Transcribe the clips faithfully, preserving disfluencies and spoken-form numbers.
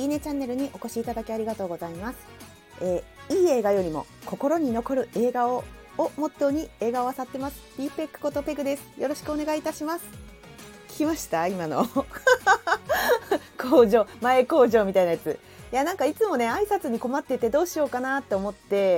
いいねチャンネルにお越しいただきありがとうございます。えー、いい映画よりも心に残る映画ををモットーに映画を漁ってます。ピーペックことペグです。よろしくお願いいたします。聞きました今の工場前工場みたいなやつ。いやなんかいつもね挨拶に困っててどうしようかなって思って、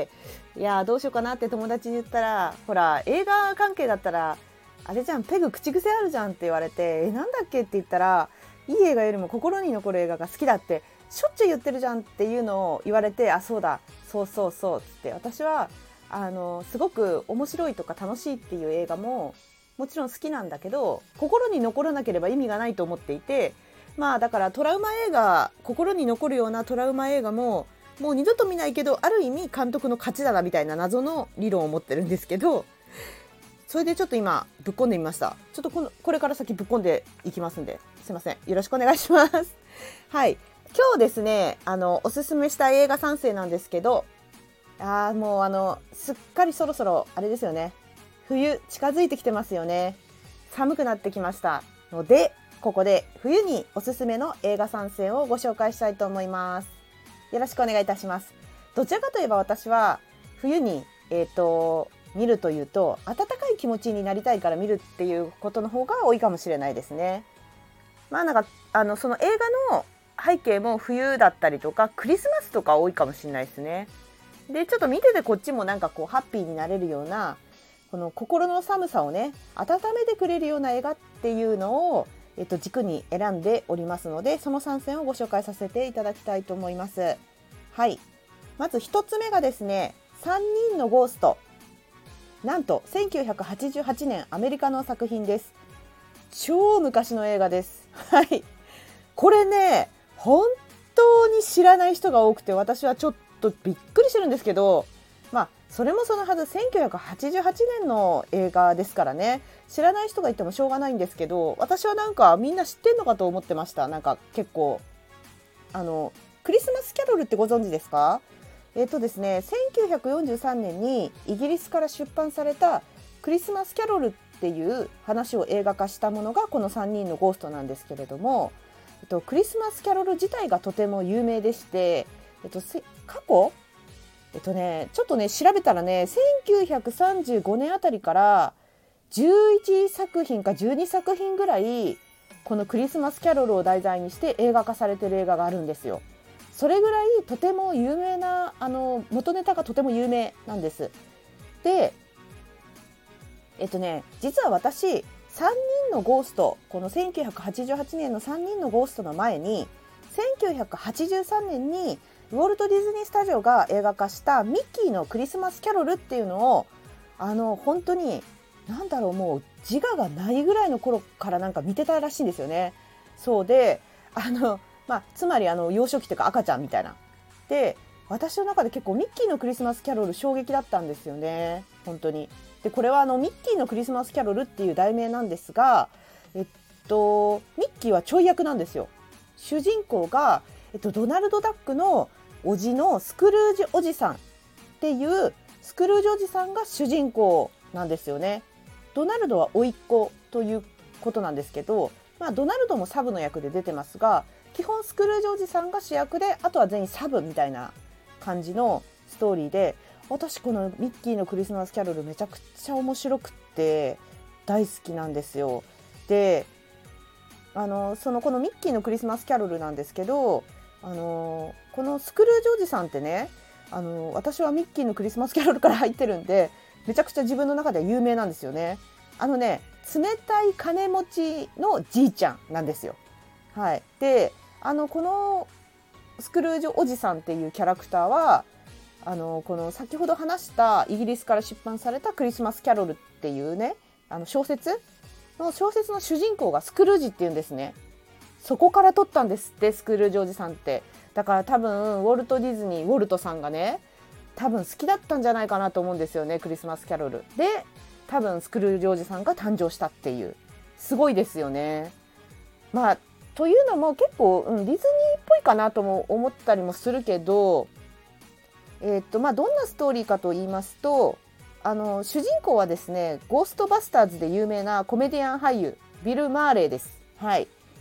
いやどうしようかなって友達に言ったら、ほら映画関係だったらあれじゃん、ペグ口癖あるじゃんって言われて、えなんだっけって言ったら、いい映画よりも心に残る映画が好きだってしょっちゅう言ってるじゃんっていうのを言われて、あそうだそうそうそうって、私はあのすごく面白いとか楽しいっていう映画ももちろん好きなんだけど、心に残らなければ意味がないと思っていて、まあだからトラウマ映画、心に残るようなトラウマ映画ももう二度と見ないけど、ある意味監督の勝ちだなみたいな謎の理論を持ってるんですけど、それでちょっと今ぶっこんでみました。ちょっとこのこれから先ぶっこんでいきますんで、すいませんよろしくお願いします。はい、今日ですねあのおすすめした映画さんせいなんですけど、あーもうあのすっかりそろそろあれですよね、冬近づいてきてますよね。寒くなってきましたので、ここで冬におすすめの映画さんせんをご紹介したいと思います。よろしくお願いいたします。どちらかといえば私は冬にえっと見るというと温かい気持ちになりたいから見るっていうことの方が多いかもしれないですね。まあなんかあのその映画の背景も冬だったりとかクリスマスとか多いかもしれないですね。でちょっと見ててこっちもなんかこうハッピーになれるような、この心の寒さをね温めてくれるような映画っていうのを、えっと、軸に選んでおりますので、そのさんせんをご紹介させていただきたいと思います。はい、まずひとつめがですね、さんにんのゴースト。なんとせんきゅうひゃくはちじゅうはちねんアメリカの作品です。超昔の映画です。はい、これね本当に知らない人が多くて、私はちょっとびっくりしてるんですけど、まあそれもそのはず、せんきゅうひゃくはちじゅうはちねんの映画ですからね、知らない人がいてもしょうがないんですけど、私はなんかみんな知ってんのかと思ってました。なんか結構あのクリスマスキャロルってご存知ですか？えーとですね、せんきゅうひゃくよんじゅうさんねんにイギリスから出版されたクリスマスキャロルっていう話を映画化したものがこのさんにんのゴーストなんですけれども、えっと、クリスマスキャロル自体がとても有名でして、えっと、過去、えっとね、ちょっとね調べたらね、せんきゅうひゃくさんじゅうごねんあたりからじゅういちさくひんかじゅうにさくひんぐらいこのクリスマスキャロルを題材にして映画化されている映画があるんですよ。それぐらいとても有名な、あの元ネタがとても有名なんです。で、えっとね実は私さんにんのゴースト、このせんきゅうひゃくはちじゅうはちねんのさんにんのゴーストの前にせんきゅうひゃくはちじゅうさんねんにウォルト・ディズニー・スタジオが映画化したミッキーのクリスマスキャロルっていうのを、あの本当になんだろう、もう自我がないぐらいの頃からなんか見てたらしいんですよね。そうで、あのまあ、つまりあの幼少期というか赤ちゃんみたいな。で、私の中で結構ミッキーのクリスマスキャロル衝撃だったんですよね、本当に。で、これはあのミッキーのクリスマスキャロルっていう題名なんですが、えっとミッキーはちょい役なんですよ。主人公が、えっと、ドナルド・ダックのおじのスクルージおじさんっていうスクルージおじさんが主人公なんですよね。ドナルドは甥っ子ということなんですけど、まあ、ドナルドもサブの役で出てますが、基本スクルージおじさんが主役で、あとは全員サブみたいな感じのストーリーで、私このミッキーのクリスマスキャロルめちゃくちゃ面白くって大好きなんですよ。で、あのそのこのミッキーのクリスマスキャロルなんですけど、あのこのスクルージおじさんってね、あの私はミッキーのクリスマスキャロルから入ってるんで、めちゃくちゃ自分の中では有名なんですよね。あのね、冷たい金持ちのじいちゃんなんですよ。はい、で、あのこのスクルージおじさんっていうキャラクターは、あのこの先ほど話したイギリスから出版されたクリスマスキャロルっていうね、あの小説の小説の主人公がスクルージっていうんですね。そこから取ったんですって、スクルージおじさんって。だから多分ウォルト・ディズニー、ウォルトさんがね多分好きだったんじゃないかなと思うんですよね、クリスマスキャロルで。多分スクルージおじさんが誕生したっていう、すごいですよね。まあというのも結構、うん、ディズニーっぽいかなとも思ったりもするけど、えーっとまあ、どんなストーリーかと言いますと、あの主人公はですね、ゴーストバスターズで有名なコメディアン俳優ビル・マーレーです。はい、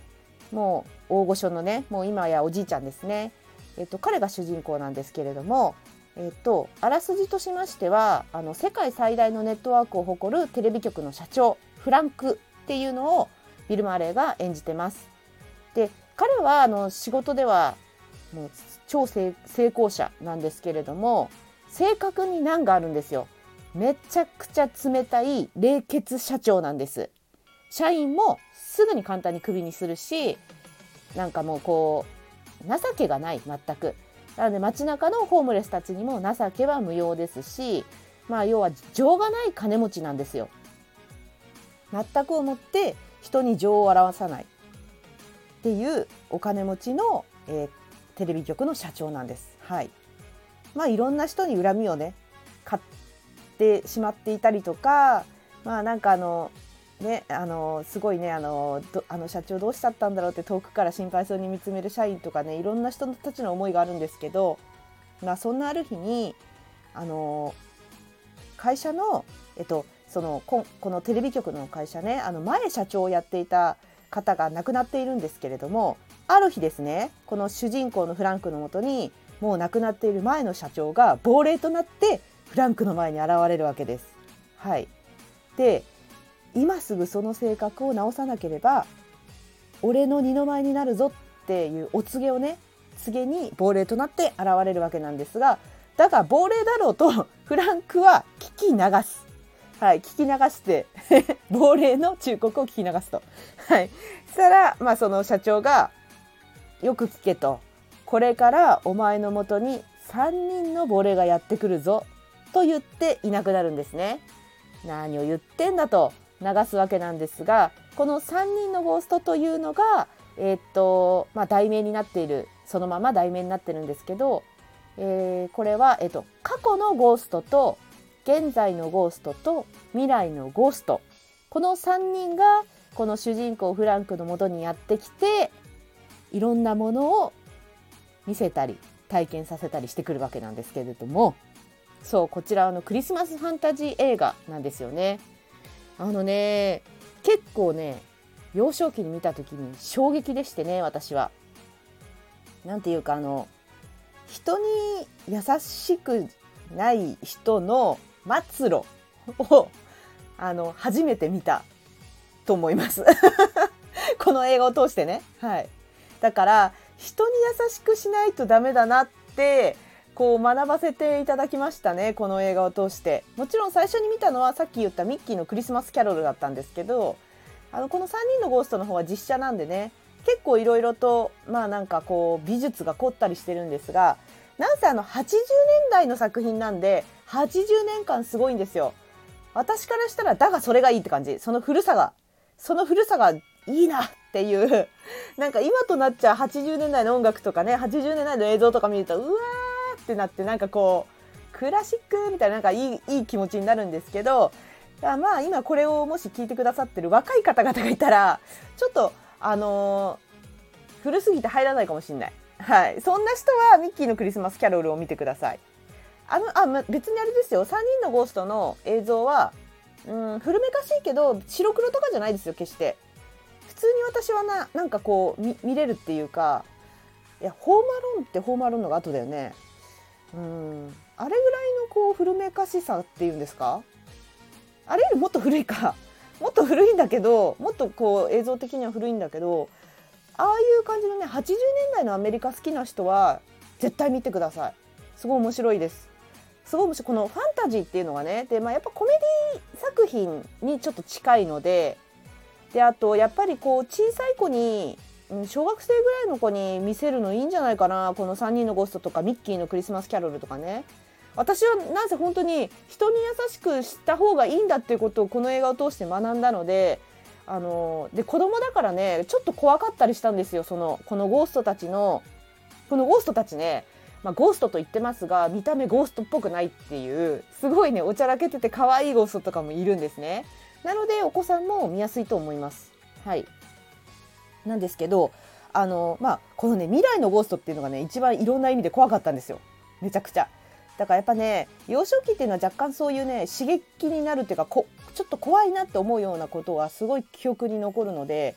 もう大御所のね、もう今やおじいちゃんですね。えっと、彼が主人公なんですけれども、えっと、あらすじとしましては、あの世界最大のネットワークを誇るテレビ局の社長フランクっていうのをビル・マーレーが演じてます。で、彼はあの仕事ではもう超成功者なんですけれども、性格に難があるんですよ。めちゃくちゃ冷たい冷血社長なんです。社員もすぐに簡単にクビにするし、なんかもうこう情けがない、全く。なので街中のホームレスたちにも情けは無用ですし、まあ要は情がない金持ちなんですよ。全く思って人に情を表さないっていうお金持ちの、えー、テレビ局の社長なんです。はい。まあいろんな人に恨みをね買ってしまっていたりとか、まあなんかあのね、あのすごいね、あのあの社長どうしちゃったんだろうって遠くから心配そうに見つめる社員とかね、いろんな人たちの思いがあるんですけど、まあ、そんなある日にあの会社の、えっと、その こ, このテレビ局の会社ね、あの前社長をやっていた方が亡くなっているんですけれども、ある日ですね、この主人公のフランクのもとにもう亡くなっている前の社長が亡霊となってフランクの前に現れるわけです。はい。で、今すぐその性格を直さなければ俺の二の舞になるぞっていうお告げをね、告げに亡霊となって現れるわけなんですが、だが亡霊だろうとフランクは聞き流す。はい、聞き流して亡霊の忠告を聞き流すと。はい。そしたら、まあ、その社長がよく聞けと、これからお前のもとにさんにんの亡霊がやってくるぞと言っていなくなるんですね。何を言ってんだと流すわけなんですが、このさんにんのゴーストというのが、えーっとまあ、題名になっている、そのまま題名になってるんですけど、えー、これは、えーっと、過去のゴーストと現在のゴーストと未来のゴースト、このさんにんがこの主人公フランクのもとにやってきて、いろんなものを見せたり体験させたりしてくるわけなんですけれども、そう、こちらのクリスマスファンタジー映画なんですよね。あのね、結構ね、幼少期に見た時に衝撃でしてね、私は。なんていうか、あの人に優しくない人の末路をあの初めて見たと思いますこの映画を通してね。はい。だから人に優しくしないとダメだなってこう学ばせていただきましたね、この映画を通して。もちろん最初に見たのはさっき言ったミッキーのクリスマスキャロルだったんですけど、あのこのさんにんのゴーストの方は実写なんでね、結構いろいろとまあなんかこう美術が凝ったりしてるんですが、なんせあのはちじゅうねんだいの作品なんではちじゅうねんかんすごいんですよ。私からしたらだがそれがいいって感じ。その古さがその古さがいいなっていうなんか今となっちゃはちじゅうねんだいの音楽とかね、はちじゅうねんだいの映像とか見るとうわーってなって、なんかこうクラシックみたいな、なんかいい、いい気持ちになるんですけど、まあ今これをもし聞いてくださってる若い方々がいたらちょっとあのー、古すぎて入らないかもしれない。はい、そんな人はミッキーのクリスマスキャロルを見てください。あのあ別にあれですよ、さんにんのゴーストの映像はうん古めかしいけど白黒とかじゃないですよ、決して。普通に私はな、なんかこう 見, 見れるっていうか、いやホームアローンってホームアローンのが後だよね。うんあれぐらいのこう古めかしさっていうんですか、あれよりもっと古いか、もっと古いんだけど、もっとこう映像的には古いんだけど、ああいう感じのねはちじゅうねんだいのアメリカ好きな人は絶対見てください。すごい面白いです。すごい面白い。このファンタジーっていうのがね、で、まあ、やっぱコメディ作品にちょっと近いので、であとやっぱりこう小さい子に、小学生ぐらいの子に見せるのいいんじゃないかな、このさんにんのゴーストとかミッキーのクリスマスキャロルとかね。私はなんせ本当に人に優しくした方がいいんだっていうことをこの映画を通して学んだので、あので子供だからねちょっと怖かったりしたんですよ。そのこのゴーストたちのこのゴーストたちね、まあ、ゴーストと言ってますが見た目ゴーストっぽくないっていう、すごいねおちゃらけてて可愛いゴーストとかもいるんですね。なのでお子さんも見やすいと思います。はい。なんですけど、あのまあこのね未来のゴーストっていうのがね一番いろんな意味で怖かったんですよ、めちゃくちゃ。だからやっぱね幼少期っていうのは若干そういうね刺激になるっていうか、こちょっと怖いなって思うようなことはすごい記憶に残るので、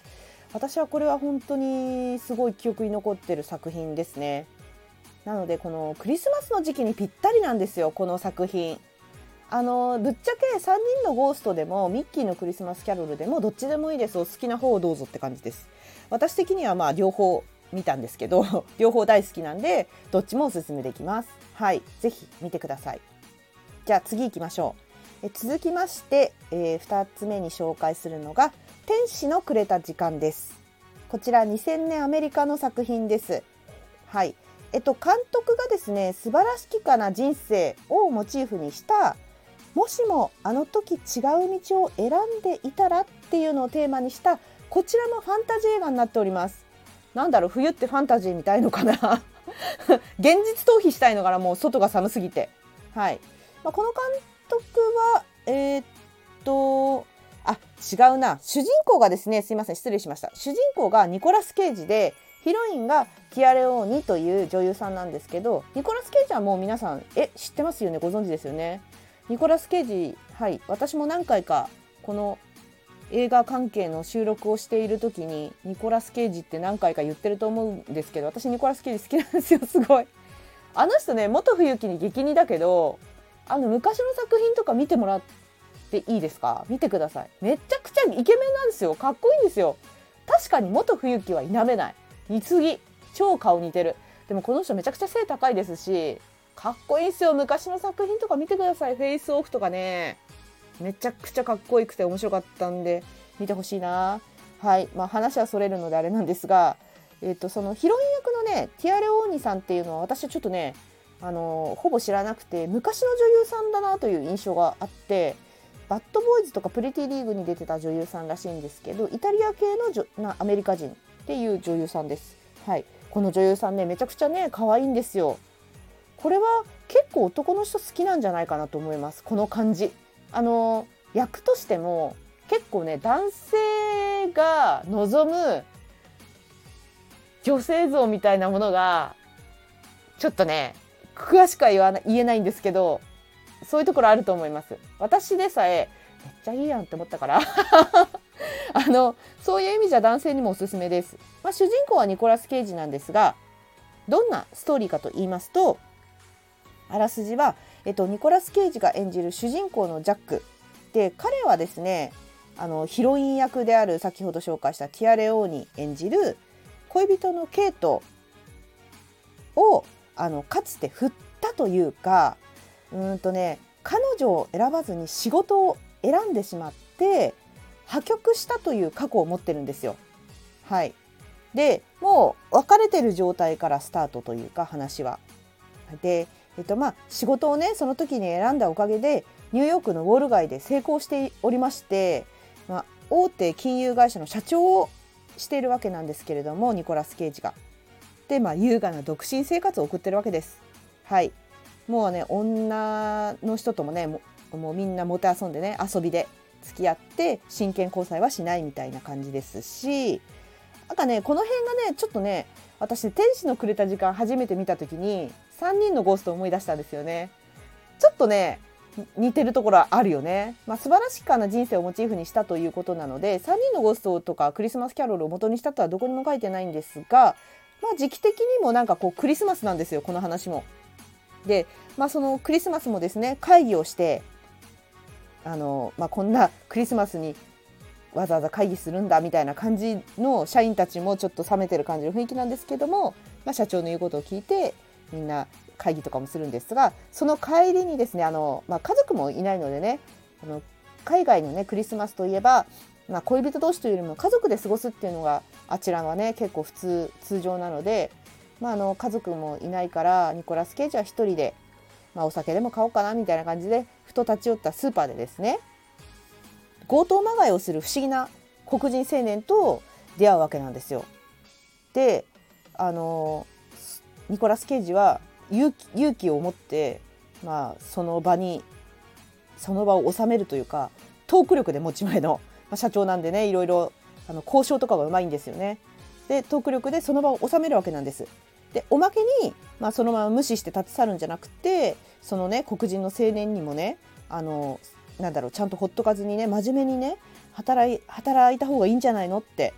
私はこれは本当にすごい記憶に残ってる作品ですね。なのでこのクリスマスの時期にぴったりなんですよ、この作品。あのぶっちゃけさんにんのゴーストでもミッキーのクリスマスキャロルでもどっちでもいいです。お好きな方をどうぞって感じです。私的にはまあ両方見たんですけど両方大好きなんでどっちもおすすめできます。はい、ぜひ見てください。じゃあ次行きましょう。え続きまして、えー、ふたつめに紹介するのが天使のくれた時間です。こちらにせんねんアメリカの作品です。はい、えっと監督がですね、素晴らしきかな人生をモチーフにしたもしもあの時違う道を選んでいたらっていうのをテーマにしたこちらもファンタジー映画になっております。なんだろう、冬ってファンタジーみたいのかな現実逃避したいのかな、もう外が寒すぎて。はい、まあ、この監督はえー、っとあ違うな主人公がですね、すいません失礼しました。主人公がニコラス・ケイジでヒロインがティア・レオーニという女優さんなんですけど、ニコラス・ケイジはもう皆さんえ知ってますよね、ご存知ですよね。ニコラス・ケイジ、はい、私も何回かこの映画関係の収録をしている時にニコラス・ケイジって何回か言ってると思うんですけど、私ニコラス・ケイジ好きなんですよ。すごいあの人ね、元冬木に激似だけど、あの昔の作品とか見てもらっていいですか。見てください。めちゃくちゃイケメンなんですよ。かっこいいんですよ。確かに元冬木は否めない。似すぎ、超顔似てる。でもこの人めちゃくちゃ背高いですしかっこいいですよ。昔の作品とか見てください。フェイスオフとかね、めちゃくちゃかっこよくて面白かったんで見てほしいな。はい、まあ、話はそれるのであれなんですが、えー、とそのヒロイン役のねティア・レオーニさんっていうのは私はちょっとねあのほぼ知らなくて、昔の女優さんだなという印象があって、バッドボーイズとかプリティリーグに出てた女優さんらしいんですけど、イタリア系のじょなアメリカ人っていう女優さんです。はい、この女優さんねめちゃくちゃね可愛いんですよ。これは結構男の人好きなんじゃないかなと思います。この感じ、あの役としても結構ね男性が望む女性像みたいなものがちょっとね詳しくは言わな言えないんですけど、そういうところあると思います。私でさえめっちゃいいやんって思ったからあのそういう意味じゃ男性にもおすすめです。まあ、主人公はニコラス・ケイジなんですが、どんなストーリーかと言いますと、あらすじは、えっと、ニコラス・ケイジが演じる主人公のジャックで、彼はですねあのヒロイン役である先ほど紹介したティア・レオーニ演じる恋人のケイトをあのかつて振ったというか、うーんとね彼女を選ばずに仕事を選んでしまって破局したという過去を持ってるんですよ。はい、でもう別れてる状態からスタートというか話は。で、えっとまあ、仕事をねその時に選んだおかげでニューヨークのウォール街で成功しておりまして、まあ、大手金融会社の社長をしているわけなんですけれども、ニコラス・ケイジが。で、まあ、優雅な独身生活を送ってるわけです。はい、もうね女の人ともねももうみんなもてあそんでね遊びで付き合って真剣交際はしないみたいな感じですし、なんかねこの辺がねちょっとね私天使のくれた時間初めて見た時にさんにんのゴーストを思い出したんですよね。ちょっとね似てるところはあるよね。まあ、素晴らしかな人生をモチーフにしたということなので、さんにんのゴーストとかクリスマスキャロルを元にしたとはどこにも書いてないんですが、まあ、時期的にもなんかこうクリスマスなんですよ、この話も。で、まあ、そのクリスマスもですね会議をしてあの、まあ、こんなクリスマスにわざわざ会議するんだみたいな感じの社員たちもちょっと冷めてる感じの雰囲気なんですけども、まあ、社長の言うことを聞いてみんな会議とかもするんですが、その帰りにですねあの、まあ、家族もいないのでね、あの海外のねクリスマスといえば、まあ、恋人同士というよりも家族で過ごすっていうのがあちらはね結構普通通常なので、まあ、あの家族もいないからニコラス・ケイジは一人で、まあ、お酒でも買おうかなみたいな感じでふと立ち寄ったスーパーでですね強盗まがいをする不思議な黒人青年と出会うわけなんですよ。で、あのニコラス・ケイジは勇気、勇気を持って、まあ、その場にその場を収めるというか、トーク力で持ち前の、まあ、社長なんでねいろいろあの交渉とかがうまいんですよね。でトーク力でその場を収めるわけなんです。でおまけに、まあ、そのまま無視して立ち去るんじゃなくて、そのね黒人の青年にもねあのなんだろうちゃんとほっとかずにね真面目にね働い、働いた方がいいんじゃないのって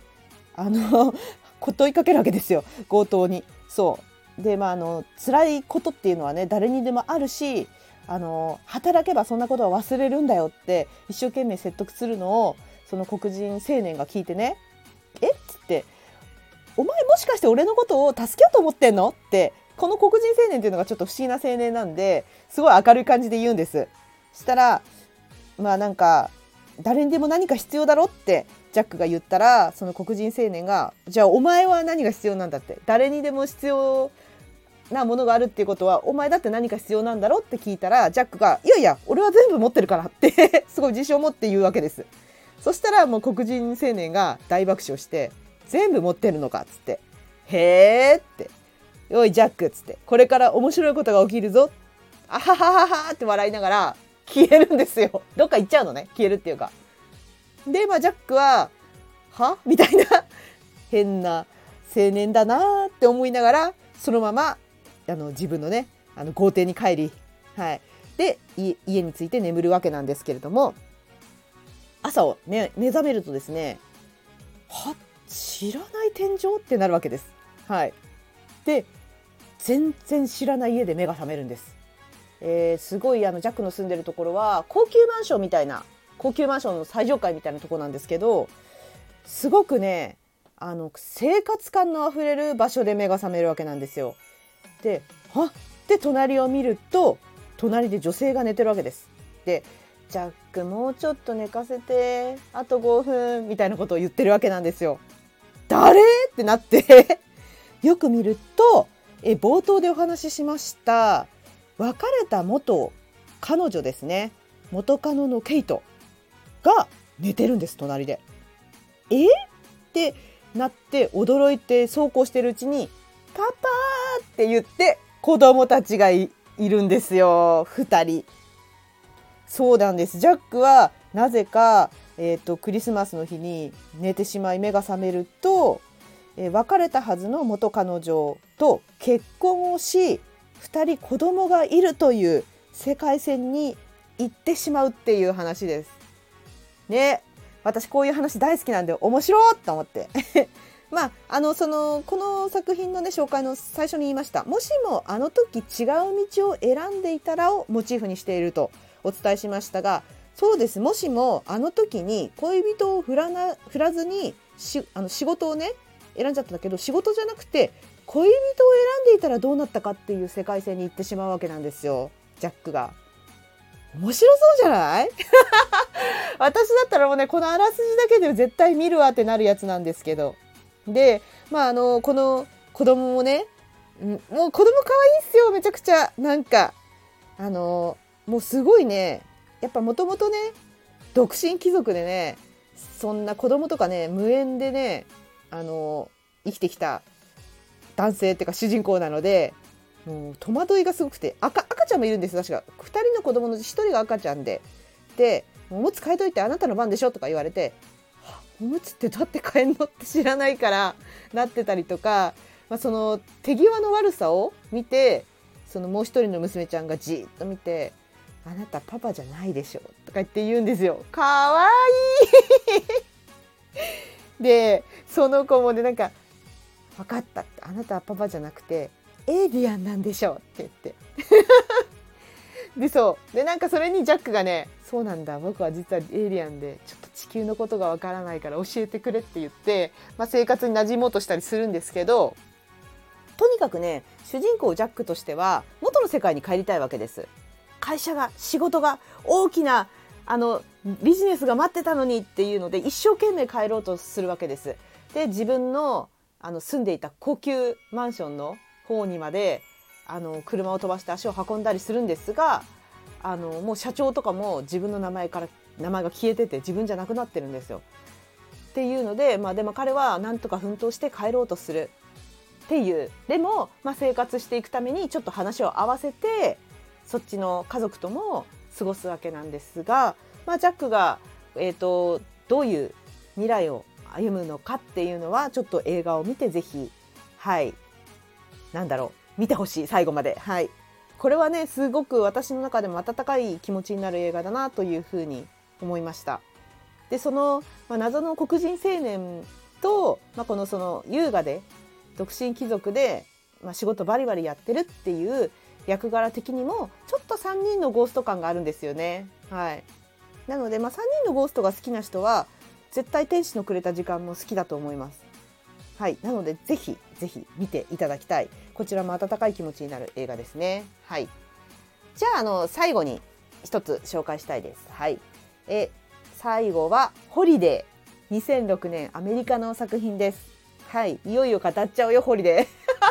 あの問いかけるわけですよ、強盗に。そうで、まあ、あの辛いことっていうのはね誰にでもあるし、あの働けばそんなことは忘れるんだよって一生懸命説得するのをその黒人青年が聞いてね、えっつって、お前もしかして俺のことを助けようと思ってんのって、この黒人青年っていうのがちょっと不思議な青年なんですごい明るい感じで言うんです。したらまあなんか誰にでも何か必要だろってジャックが言ったら、その黒人青年が、じゃあお前は何が必要なんだって、誰にでも必要なものがあるっていうことはお前だって何か必要なんだろって聞いたら、ジャックがいやいや俺は全部持ってるからってすごい自信を持って言うわけです。そしたらもう黒人青年が大爆笑して、全部持ってるのかっつって、へーって、おいジャックっつって、これから面白いことが起きるぞ、あははははって笑いながら消えるんですよ。どっか行っちゃうのね、消えるっていうか。で、まあ、ジャックははみたいな変な青年だなって思いながら、そのままあの自分のねあの豪邸に帰り、はい、で家に着いて眠るわけなんですけれども、朝を、ね、目覚めるとですね、は知らない天井ってなるわけです。はい、で全然知らない家で目が覚めるんです。えー、すごいあのジャックの住んでるところは高級マンションみたいな、高級マンションの最上階みたいなところなんですけど、すごくねあの生活感のあふれる場所で目が覚めるわけなんですよ。で、はっで隣を見ると隣で女性が寝てるわけです。で、ジャックもうちょっと寝かせて、あとごふんみたいなことを言ってるわけなんですよ。誰ってなってよく見ると、え冒頭でお話ししました別れた元彼女ですね、元カノのケイトが寝てるんです、隣で。えってなって驚いてそうこうしてるうちに、パパーって言って子供たちが い, いるんですよ、ふたり。そうなんです。ジャックはなぜか、えーと、クリスマスの日に寝てしまい目が覚めると、えー、別れたはずの元彼女と結婚をしふたり子供がいるという世界線に行ってしまうっていう話ですね。私こういう話大好きなんで面白いと思ってまああのそのこの作品のね紹介の最初に言いました、もしもあの時違う道を選んでいたらをモチーフにしているとお伝えしましたが、そうです。もしもあの時に恋人を振らな振らずにしあの仕事をね選んじゃったんだけど、仕事じゃなくて恋人を選んでいたらどうなったかっていう世界線に行ってしまうわけなんですよ、ジャックが。面白そうじゃない私だったらもうねこのあらすじだけで絶対見るわってなるやつなんですけど、でまああのこの子供もね、もう子供可愛いっすよ、めちゃくちゃ。なんかあのもうすごいね、やっぱもともとね独身貴族でね、そんな子供とかね無縁でねあの生きてきた男性っていうか主人公なので、もう戸惑いがすごくて、 赤, 赤ちゃんもいるんです。確かふたりの子供のひとりが赤ちゃんで、でおむつ替えといてあなたの番でしょとか言われて、おむつってどうやって替えんのって知らないからなってたりとか、まあ、その手際の悪さを見て、そのもう一人の娘ちゃんがじっと見て、あなたパパじゃないでしょとか言って言うんですよ。かわいいでその子もねなんか分かったって、あなたはパパじゃなくてエイリアンなんでしょって言ってでそうでなんかそれにジャックがね、そうなんだ僕は実はエイリアンでちょっと地球のことがわからないから教えてくれって言って、まあ、生活に馴染もうとしたりするんですけど、とにかくね主人公ジャックとしては元の世界に帰りたいわけです。会社が仕事が大きなあのビジネスが待ってたのにっていうので一生懸命帰ろうとするわけです。で自分のあの住んでいた高級マンションの方にまであの車を飛ばして足を運んだりするんですが、あのもう社長とかも自分の名前から名前が消えてて自分じゃなくなってるんですよ。っていうので、まあ、でも彼はなんとか奮闘して帰ろうとするっていう、でも、まあ、生活していくためにちょっと話を合わせてそっちの家族とも過ごすわけなんですが、まあ、ジャックが、えーと、どういう未来を歩むのかっていうのはちょっと映画を見てぜひ、はいなんだろう見てほしい、最後まで。はい、これはねすごく私の中でも温かい気持ちになる映画だなというふうに思いました。でその、まあ、謎の黒人青年と、まあ、このその優雅で独身貴族で、まあ、仕事バリバリやってるっていう役柄的にもちょっとさんにんのゴースト感があるんですよね。はい、なので、まあ、さんにんのゴーストが好きな人は絶対天使のくれた時間も好きだと思います。はい、なのでぜひぜひ見ていただきたい、こちらも温かい気持ちになる映画ですね。はい、じゃあ、あの最後に一つ紹介したいです。はい、え最後はホリデー、にせんろくねんアメリカの作品です。はい、いよいよ語っちゃうよホリデー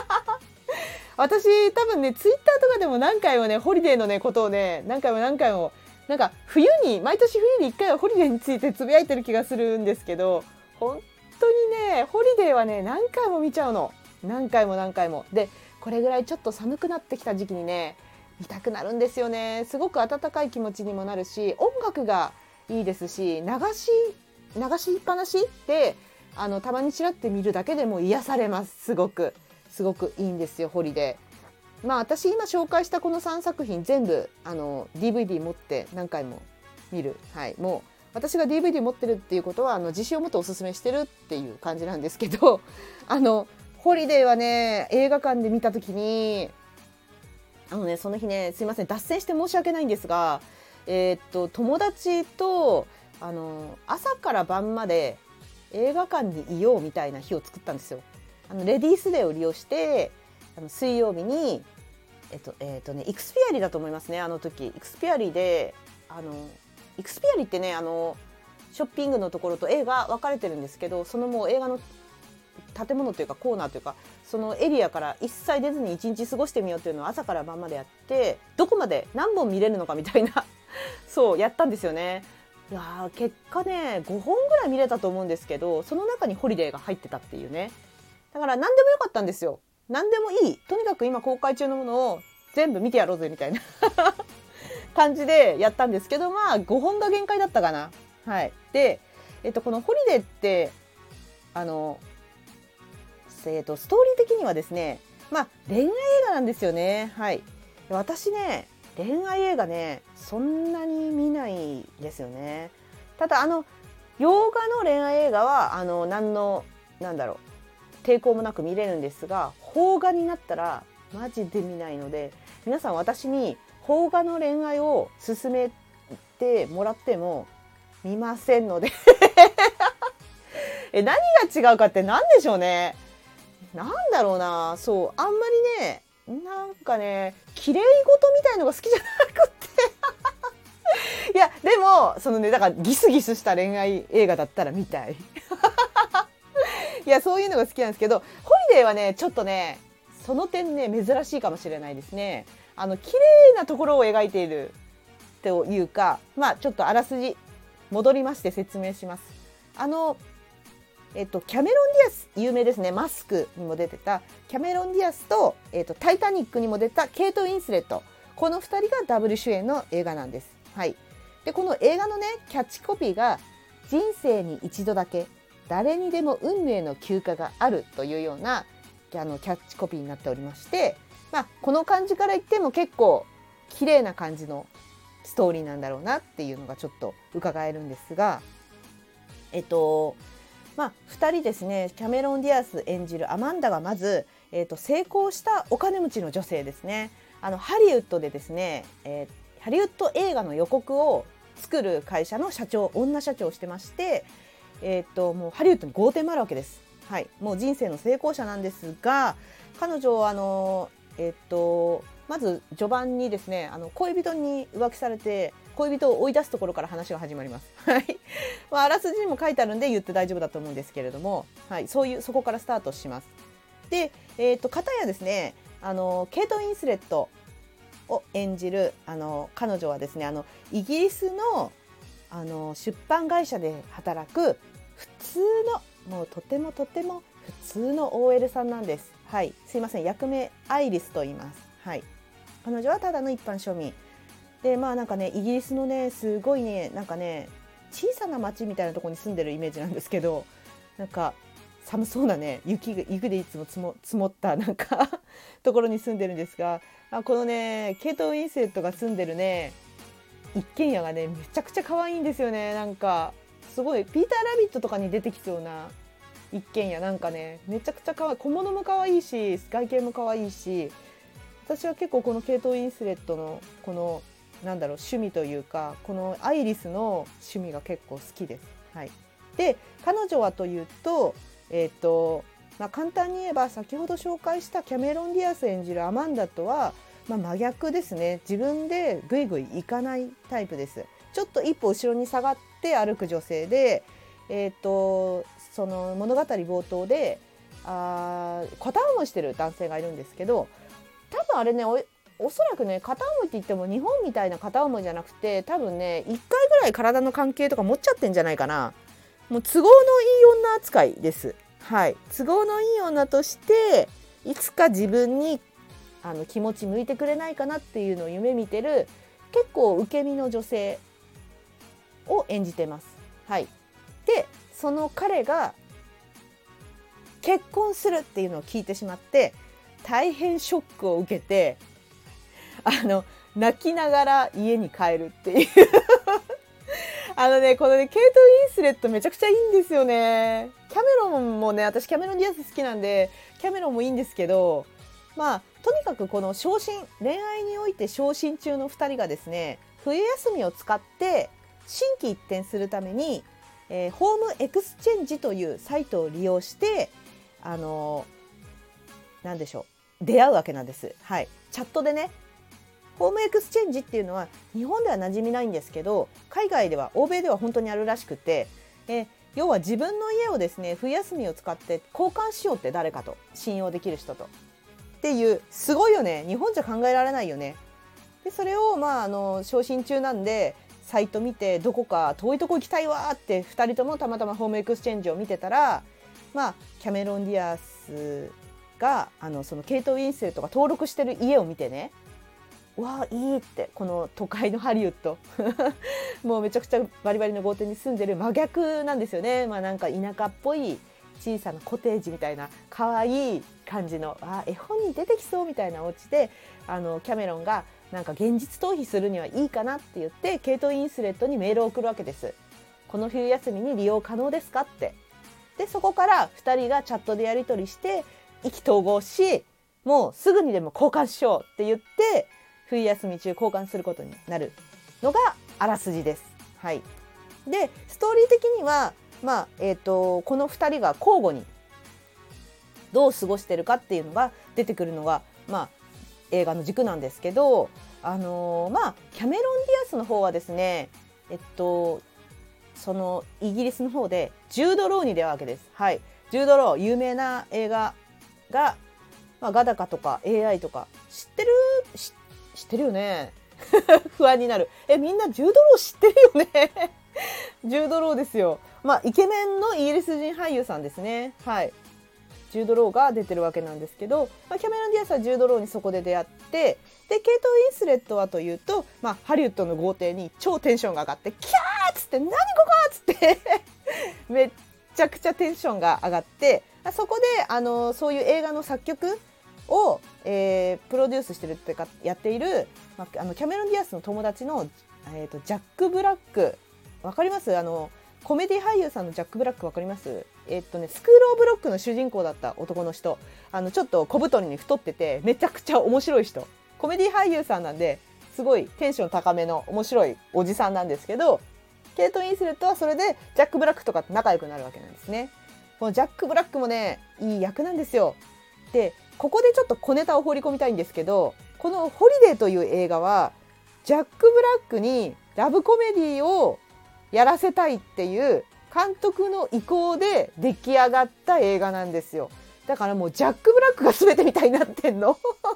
私多分ねツイッターとかでも何回もねホリデーのねことをね何回も何回もなんか冬に毎年冬にいっかいはホリデーについてつぶやいてる気がするんですけど、本当にねホリデーはね何回も見ちゃうの、何回も何回もで、これぐらいちょっと寒くなってきた時期にね見たくなるんですよね。すごく温かい気持ちにもなるし、音楽がいいですし、流し流しっぱなしであのたまにちらって見るだけでも癒されます。すごくすごくいいんですよホリデー。まあ私今紹介したこのさんさく品全部あの ディーブイディー 持って何回も見る、はい、もう私が ディーブイディー 持ってるっていうことはあの自信を持っておすすめしてるっていう感じなんですけど、あのホリデーはね映画館で見た時にあのねその日ね、すいません脱線して申し訳ないんですが、えー、っと友達とあの朝から晩まで映画館にいようみたいな日を作ったんですよ。あのレディースデーを利用してあの水曜日にえっとえっとねイクスピアリだと思いますね。あの時イクスピアリであのイクスピアリってねあのショッピングのところと映画分かれてるんですけど、そのもう映画の建物というかコーナーというかそのエリアから一切出ずに一日過ごしてみようっていうのを朝から晩までやって、どこまで何本見れるのかみたいなそうやったんですよね。いや結果ねごほんぐらい見れたと思うんですけど、その中にホリデーが入ってたっていうね。だから何でもよかったんですよ。何でもいい、とにかく今公開中のものを全部見てやろうぜみたいな感じでやったんですけど、まあごほんが限界だったかな。はい、で、えっと、このホリデーってあの、えっと、ストーリー的にはですね、まあ恋愛映画なんですよね。はい、私ね恋愛映画ねそんなに見ないですよね。ただあの洋画の恋愛映画はあの何のなんだろう抵抗もなく見れるんですが、邦画になったらマジで見ないので、皆さん私に邦画の恋愛を勧めてもらっても見ませんのでえ何が違うかって何でしょうね。なんだろうな、そうあんまりねなんかね綺麗事みたいのが好きじゃなくていやでもそのねだからギスギスした恋愛映画だったら見たいいやそういうのが好きなんですけど、ホリデーはねちょっとねその点ね珍しいかもしれないですね。あの綺麗なところを描いているというか、まあちょっとあらすじ戻りまして説明します。あのえっと、キャメロン・ディアス有名ですね。マスクにも出てたキャメロン・ディアスと、えっと、タイタニックにも出たケイト・ウィンスレット、このふたりがダブル主演の映画なんです。はい、でこの映画のねキャッチコピーが人生に一度だけ誰にでも運命の休暇があるというようなあのキャッチコピーになっておりまして、まあ、この感じから言っても結構綺麗な感じのストーリーなんだろうなっていうのがちょっと伺えるんですが、えっとまあ、ふたりですね、キャメロン・ディアス演じるアマンダがまず、えー、と成功したお金持ちの女性ですね。あのハリウッドでですね、えー、ハリウッド映画の予告を作る会社の社長、女社長をしてまして、えー、ともうハリウッドにごてんもあるわけです。はい、もう人生の成功者なんですが、彼女はあの、えー、とまず序盤にですねあの恋人に浮気されて恋人を追い出すところから話が始まります。はい、まあ、あらすじにも書いてあるんで言って大丈夫だと思うんですけれども、はい、そういうそこからスタートします。で、えー、と片やですねあのケイト・ウィンスレットを演じるあの彼女はですねあのイギリスの、あの出版会社で働く普通のもうとてもとても普通の オーエル さんなんです。はい、すいません、役名アイリスと言います。はい、彼女はただの一般庶民で、まあなんかねイギリスのねすごいねなんかね小さな町みたいなところに住んでるイメージなんですけど、なんか寒そうなね雪が雪でいつも積も、積もったなんかところに住んでるんですが、あこのねケイト・ウィンセットが住んでるね一軒家がねめちゃくちゃ可愛いんですよね。なんかすごいピーター・ラビットとかに出てきそうな一軒家なんかねめちゃくちゃ可愛い、小物も可愛いし外見も可愛いし、私は結構このケイト・ウィンスレットのこのなんだろう趣味というか、このアイリスの趣味が結構好きです。はい、で彼女はというと、えーとまあ、簡単に言えば先ほど紹介したキャメロン・ディアス演じるアマンダとは、まあ、真逆ですね。自分でぐいぐい行かないタイプです。ちょっと一歩後ろに下がって歩く女性で、えーとその物語冒頭であ片思いしてる男性がいるんですけど、多分あれね お, おそらくね片思いって言っても日本みたいな片思いじゃなくて、多分ねいっかいぐらい体の関係とか持っちゃってんじゃないかな。もう都合のいい女扱いです。はい、都合のいい女としていつか自分にあの気持ち向いてくれないかなっていうのを夢見てる結構受け身の女性を演じてます。はい、でその彼が結婚するっていうのを聞いてしまって大変ショックを受けて、あの泣きながら家に帰るっていうあのねこのねケイト・ウィンスレットめちゃくちゃいいんですよね。キャメロンもね、私キャメロン・ディアス好きなんでキャメロンもいいんですけど、まあとにかくこの昇進恋愛において昇進中のふたりがですね、冬休みを使って心機一転するために、えー、ホームエクスチェンジというサイトを利用してあのー、なんでしょう出会うわけなんです。はい、チャットでね。ホームエクスチェンジっていうのは日本では馴染みないんですけど、海外では欧米では本当にあるらしくて、え要は自分の家をですね冬休みを使って交換しようって、誰かと信用できる人とっていう、すごいよね。日本じゃ考えられないよね。でそれをまああの昇進中なんでサイト見て、どこか遠いとこ行きたいわってふたりともたまたまホームエクスチェンジを見てたら、まあキャメロン・ディアスがあのそのケイト・ウィンスレットが登録してる家を見てね、わあいいって、この都会のハリウッドもうめちゃくちゃバリバリの豪邸に住んでる真逆なんですよね。まあなんか田舎っぽい小さなコテージみたいな可愛い感じの、あ絵本に出てきそうみたいなお家で、あのキャメロンがなんか現実逃避するにはいいかなって言ってケイト・ウィンスレットにメールを送るわけです。この冬休みに利用可能ですかって。でそこからふたりがチャットでやり取りして意気投合し、もうすぐにでも交換しようって言って冬休み中交換することになるのがあらすじです。はい、でストーリー的には、まあえーと、このふたりが交互にどう過ごしてるかっていうのが出てくるのが、まあ、映画の軸なんですけど、あのー、まあキャメロン・ディアスの方はですね、えっとそのイギリスの方でジュード・ローに出会うわけです。はい、ジュード・ロー有名な映画が、まあ、ガダカとか エーアイ とか知ってる知知ってるよね不安になる。えみんなジュード・ロー知ってるよねジュード・ローですよ。まあイケメンのイギリス人俳優さんですね。はい、ジュード・ローが出てるわけなんですけど、まあ、キャメロン・ディアスはジュード・ローにそこで出会って、でケイト・ウィンスレットはというと、まあ、ハリウッドの豪邸に超テンションが上がってキャーっつって何ここっつってめっちゃくちゃテンションが上がって、そこであのそういう映画の作曲を、えー、プロデュースしてるってかやっている、まあ、あのキャメロン・ディアスの友達の、えーと、ジャック・ブラックわかります？あのコメディ俳優さんのジャック・ブラックわかります？えーっとね、スクール・オブ・ロックの主人公だった男の人、あのちょっと小太りに太っててめちゃくちゃ面白い人、コメディ俳優さんなんですごいテンション高めの面白いおじさんなんですけど、ケイト・ウィンスレットはそれでジャック・ブラックとかと仲良くなるわけなんですね。このジャック・ブラックもねいい役なんですよ。でここでちょっと小ネタを放り込みたいんですけど、このホリデーという映画はジャック・ブラックにラブコメディをやらせたいっていう監督の意向で出来上がった映画なんですよ。だからもうジャック・ブラックが全てみたいになってんの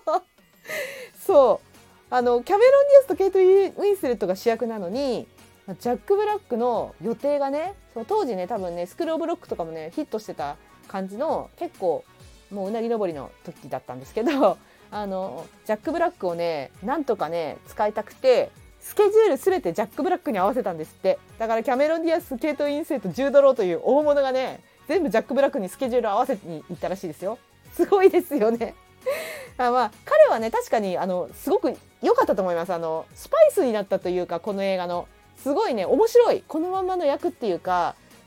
そうあのキャメロン・ディアスとケイト・ウィンスレットが主役なのに、ジャック・ブラックの予定がね、その当時ね多分ねスクール・オブ・ロックとかもねヒットしてた感じの結構もううなぎ登りの時だったんですけど、あのジャック・ブラックをねなんとかね使いたくてスケジュールすべてジャック・ブラックに合わせたんですって。だからキャメロン・ディアス、ケイト・ウィンスレット、ジュード・ローという大物がね全部ジャック・ブラックにスケジュール合わせに行ったらしいですよ。すごいですよねあ、まあ、彼はね確かにあのすごく良かったと思います。あのスパイスになったというか、この映画のすごいね面白いこのまんまの役っていうか、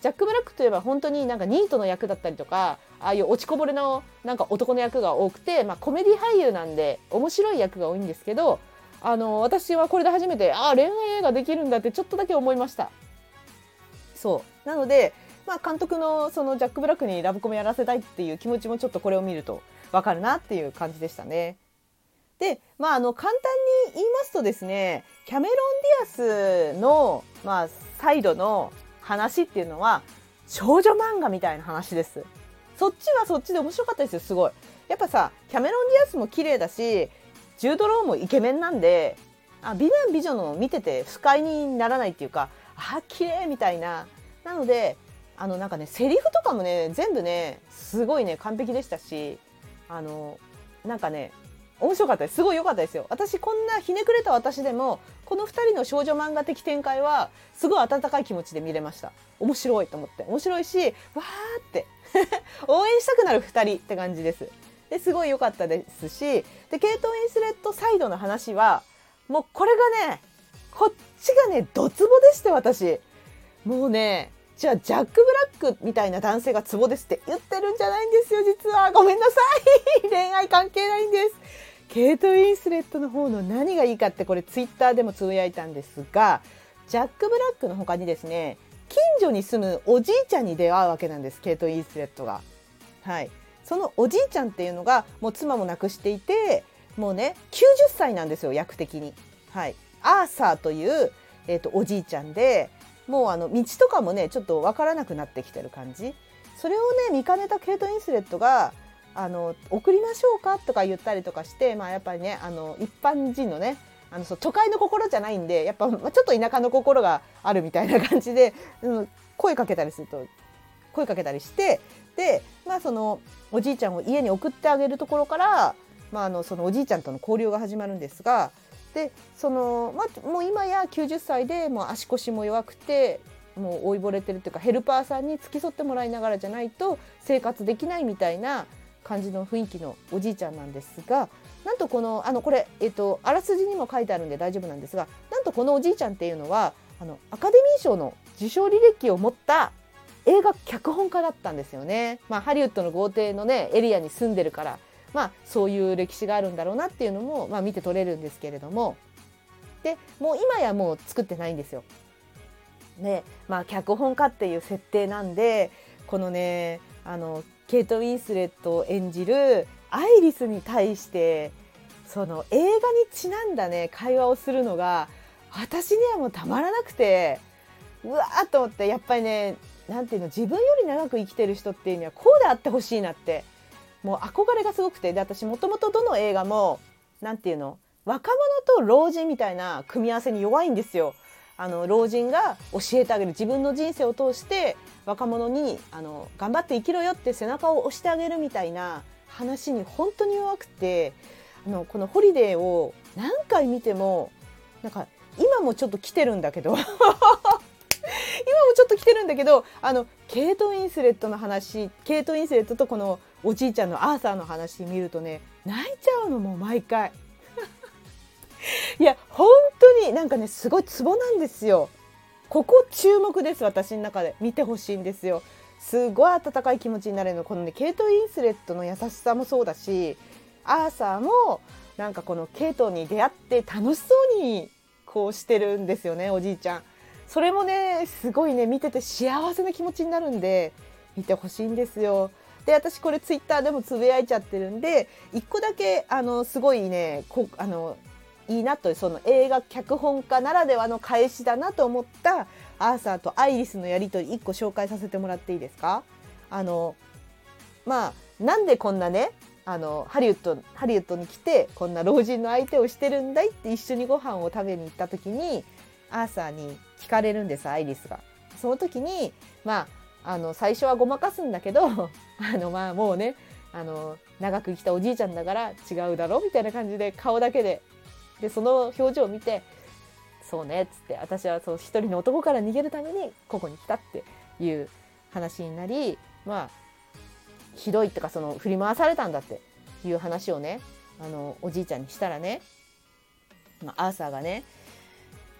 ジャック・ブラックといえば本当になんかニートの役だったりとか、ああいう落ちこぼれのなんか男の役が多くて、まあ、コメディ俳優なんで面白い役が多いんですけど、あの私はこれで初めてああ恋愛映画できるんだってちょっとだけ思いました。そうなので、まあ、監督のそのジャック・ブラックにラブコメやらせたいっていう気持ちもちょっとこれを見るとわかるなっていう感じでしたね。で、まあ、あの簡単に言いますとですね、キャメロン・ディアスの、まあ、サイドの話っていうのは少女漫画みたいな話です。そっちはそっちで面白かったですよ。すごいやっぱさ、キャメロン・ディアスも綺麗だし、ジュード・ローもイケメンなんで、あ美男美女の見てて不快にならないっていうか、あ綺麗みたいな。なのであのなんかね、セリフとかもね全部ねすごいね完璧でしたし、あのなんかね面白かったです。すごい良かったですよ。私こんなひねくれた私でもこのふたりの少女漫画的展開はすごい温かい気持ちで見れました。面白いと思って、面白いし、わーって応援したくなるふたりって感じです。ですごい良かったですし、でケイト・ウィンスレットサイドの話はもうこれがね、こっちがねドツボでして、私もうね、じゃあジャック・ブラックみたいな男性がツボですって言ってるんじゃないんですよ。実はごめんなさい恋愛関係ないんです。ケイト・ウィンスレットの方の何がいいかって、これツイッターでもつぶやいたんですが、ジャック・ブラックの他にですね、近所に住むおじいちゃんに出会うわけなんです、ケイト・ウィンスレットが。はい、そのおじいちゃんっていうのがもう妻も亡くしていて、もうねきゅうじゅっさいなんですよ、役的に。はい、アーサーという、えーと、おじいちゃんで、もうあの道とかもねちょっと分からなくなってきてる感じ。それをね見かねたケイト・ウィンスレットがあの送りましょうかとか言ったりとかして、まあ、やっぱりねあの一般人のね、あのそう都会の心じゃないんで、やっぱ、まあ、ちょっと田舎の心があるみたいな感じで、うん、声かけたりすると声かけたりして、で、まあ、そのおじいちゃんを家に送ってあげるところから、まあ、あのそのおじいちゃんとの交流が始まるんですが、でその、まあ、もう今やきゅうじゅっさいでもう足腰も弱くて、もう老いぼれてるっていうか、ヘルパーさんに付き添ってもらいながらじゃないと生活できないみたいな感じの雰囲気のおじいちゃんなんですが、なんとこのあのこれ、えっと、あらすじにも書いてあるんで大丈夫なんですが、なんとこのおじいちゃんっていうのはあのアカデミー賞の受賞履歴を持った映画脚本家だったんですよね。まあ、ハリウッドの豪邸のねエリアに住んでるから、まあ、そういう歴史があるんだろうなっていうのも、まあ、見て取れるんですけれども、でもう今やもう作ってないんですよ。で、まあ、脚本家っていう設定なんで、このねあのケイト・ウィンスレットを演じるアイリスに対してその映画にちなんだね会話をするのが私にはもうたまらなくて、うわーっと思って、やっぱりねなんていうの、自分より長く生きてる人っていうにはこうであってほしいなって、もう憧れがすごくて、で私もともとどの映画もなんていうの、若者と老人みたいな組み合わせに弱いんですよ。あの老人が教えてあげる、自分の人生を通して若者にあの頑張って生きろよって背中を押してあげるみたいな話に本当に弱くて、あのこのホリデーを何回見てもなんか今もちょっと来てるんだけど今もちょっと来てるんだけど、あのケイト・ウィンスレットの話、ケイト・ウィンスレットとこのおじいちゃんのアーサーの話見るとね泣いちゃうの、もう毎回いや本当になんかねすごいツボなんですよ。ここ注目です、私の中で見てほしいんですよ。すごい温かい気持ちになれるの、このねケイト・ウィンスレットの優しさもそうだし、アーサーもなんかこのケイトに出会って楽しそうにこうしてるんですよね、おじいちゃん。それもねすごいね見てて幸せな気持ちになるんで見てほしいんですよ。で私これツイッターでもつぶやいちゃってるんで、一個だけあのすごいねこあのいいなという、その映画脚本家ならではの返しだなと思ったアーサーとアイリスのやり取りいっこ紹介させてもらっていいですか。あのまあなんでこんなねあのハリウッドハリウッドに来てこんな老人の相手をしてるんだいって一緒にご飯を食べに行った時にアーサーに聞かれるんです、アイリスが。その時にまああの最初はごまかすんだけどあのまあもうねあの長く生きたおじいちゃんだから違うだろみたいな感じで顔だけででその表情を見て、そうねっつって、私はそう一人の男から逃げるためにここに来たっていう話になり、まあひどいってかその振り回されたんだっていう話をねあのおじいちゃんにしたらね、まあ、アーサーがね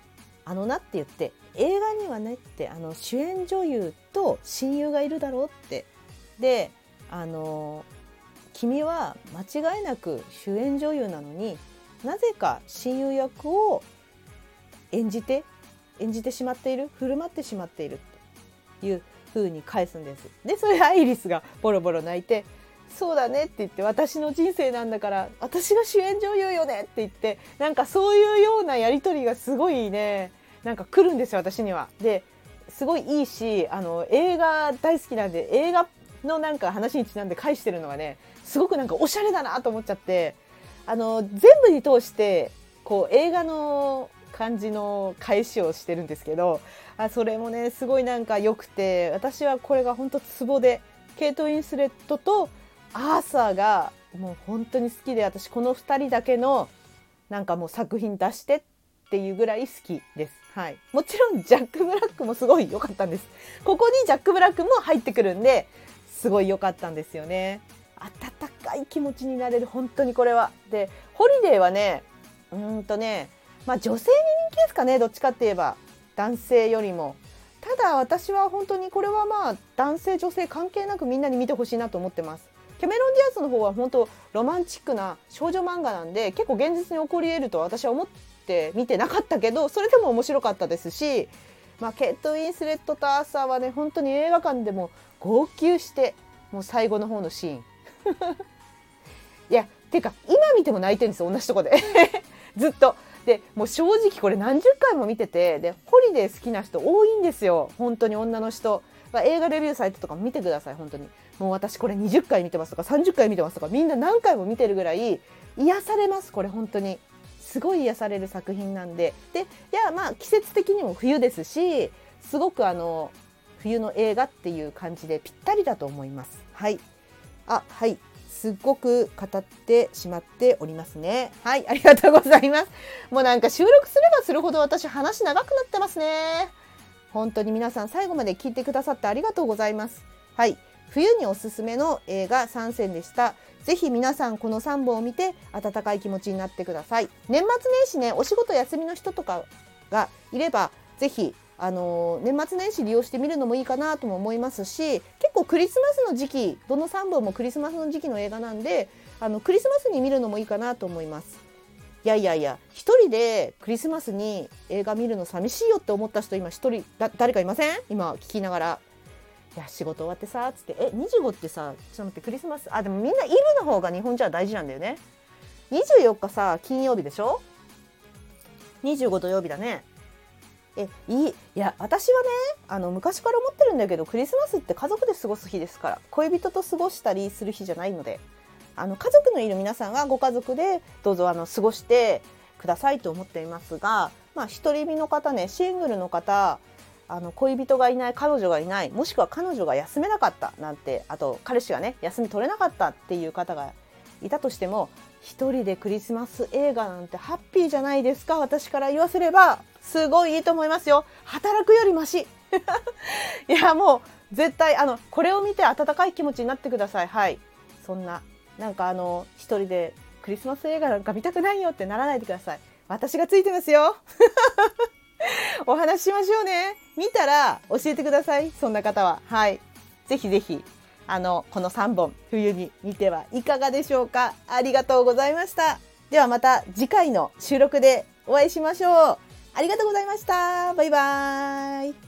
あのなって言って、映画にはねってあの主演女優と親友がいるだろうって、であの君は間違いなく主演女優なのになぜか親友役を演じて演じてしまっている、振る舞ってしまっているっていう風に返すんです。でそれアイリスがボロボロ泣いて、そうだねって言って、私の人生なんだから私が主演女優よねって言って、なんかそういうようなやり取りがすごいね、なんか来るんですよ私には。ですごいいいし、あの映画大好きなんで、映画のなんか話にちなんで返してるのがね、すごくなんかおしゃれだなと思っちゃって、あの全部に通してこう映画の感じの返しをしてるんですけど、あそれもねすごいなんか良くて、私はこれが本当ツボで、ケイト・ウィンスレットとアーサーがもう本当に好きで、私このふたりだけのなんかもう作品出してっていうぐらい好きです。はい、もちろんジャック・ブラックもすごい良かったんです。ここにジャック・ブラックも入ってくるんですごい良かったんですよね。温かい気持ちになれる、本当にこれは。でホリデーはね、うーんとねまあ女性に人気ですかね、どっちかって言えば男性よりも。ただ私は本当にこれはまあ男性女性関係なくみんなに見てほしいなと思ってます。キャメロン・ディアスの方は本当ロマンチックな少女漫画なんで、結構現実に起こり得ると私は思って見てなかったけど、それでも面白かったですし、まあ、ケイト・ウィンスレットとアーサーはね本当に映画館でも号泣して、もう最後の方のシーンいやてか今見ても泣いてるんですよ、同じとこでずっと。でもう正直これ何十回も見てて、でホリデー好きな人多いんですよ本当に、女の人。映画レビューサイトとかも見てください。本当にもう私これにじゅっかい見てますとかさんじゅっかい見てますとか、みんな何回も見てるぐらい癒されます。これ本当にすごい癒される作品なんで。でいやまあ季節的にも冬ですし、すごくあの冬の映画っていう感じでぴったりだと思います。はいあはいすっごく語ってしまっておりますね。はい、ありがとうございます。もうなんか収録すればするほど私話長くなってますね。本当に皆さん最後まで聞いてくださってありがとうございます。はい、冬におすすめの映画さんせんでした。ぜひ皆さんこのさんぼんを見て温かい気持ちになってください。年末年始ね、お仕事休みの人とかがいればぜひあの年末年始利用してみるのもいいかなとも思いますし、結構クリスマスの時期、どのさんぼんもクリスマスの時期の映画なんで、あのクリスマスに見るのもいいかなと思います。いやいやいや、一人でクリスマスに映画見るの寂しいよって思った人今一人だ誰かいません？今聞きながら、いや仕事終わってさつってえにじゅうごってさ、ちょっと待ってクリスマス、あでもみんなイブの方が日本じゃ大事なんだよね。にじゅうよっかさ金曜日でしょ、にじゅうご土曜日だね。えいいいや私はね、あの昔から思ってるんだけど、クリスマスって家族で過ごす日ですから、恋人と過ごしたりする日じゃないので、あの家族のいる皆さんはご家族でどうぞあの過ごしてくださいと思っていますが、まあ独り身の方ね、シングルの方、あの恋人がいない、彼女がいない、もしくは彼女が休めなかったなんて、あと彼氏がね休み取れなかったっていう方がいたとしても、一人でクリスマス映画なんてハッピーじゃないですか。私から言わせればすごいいいと思いますよ。働くよりマシいやもう絶対あのこれを見て温かい気持ちになってください。はい、そんななんかあの一人でクリスマス映画なんか見たくないよってならないでください。私がついてますよお話ししましょうね。見たら教えてください、そんな方は。はい、ぜひぜひあのこのさんぼん冬に見てはいかがでしょうか。ありがとうございました。ではまた次回の収録でお会いしましょう。ありがとうございました。バイバーイ。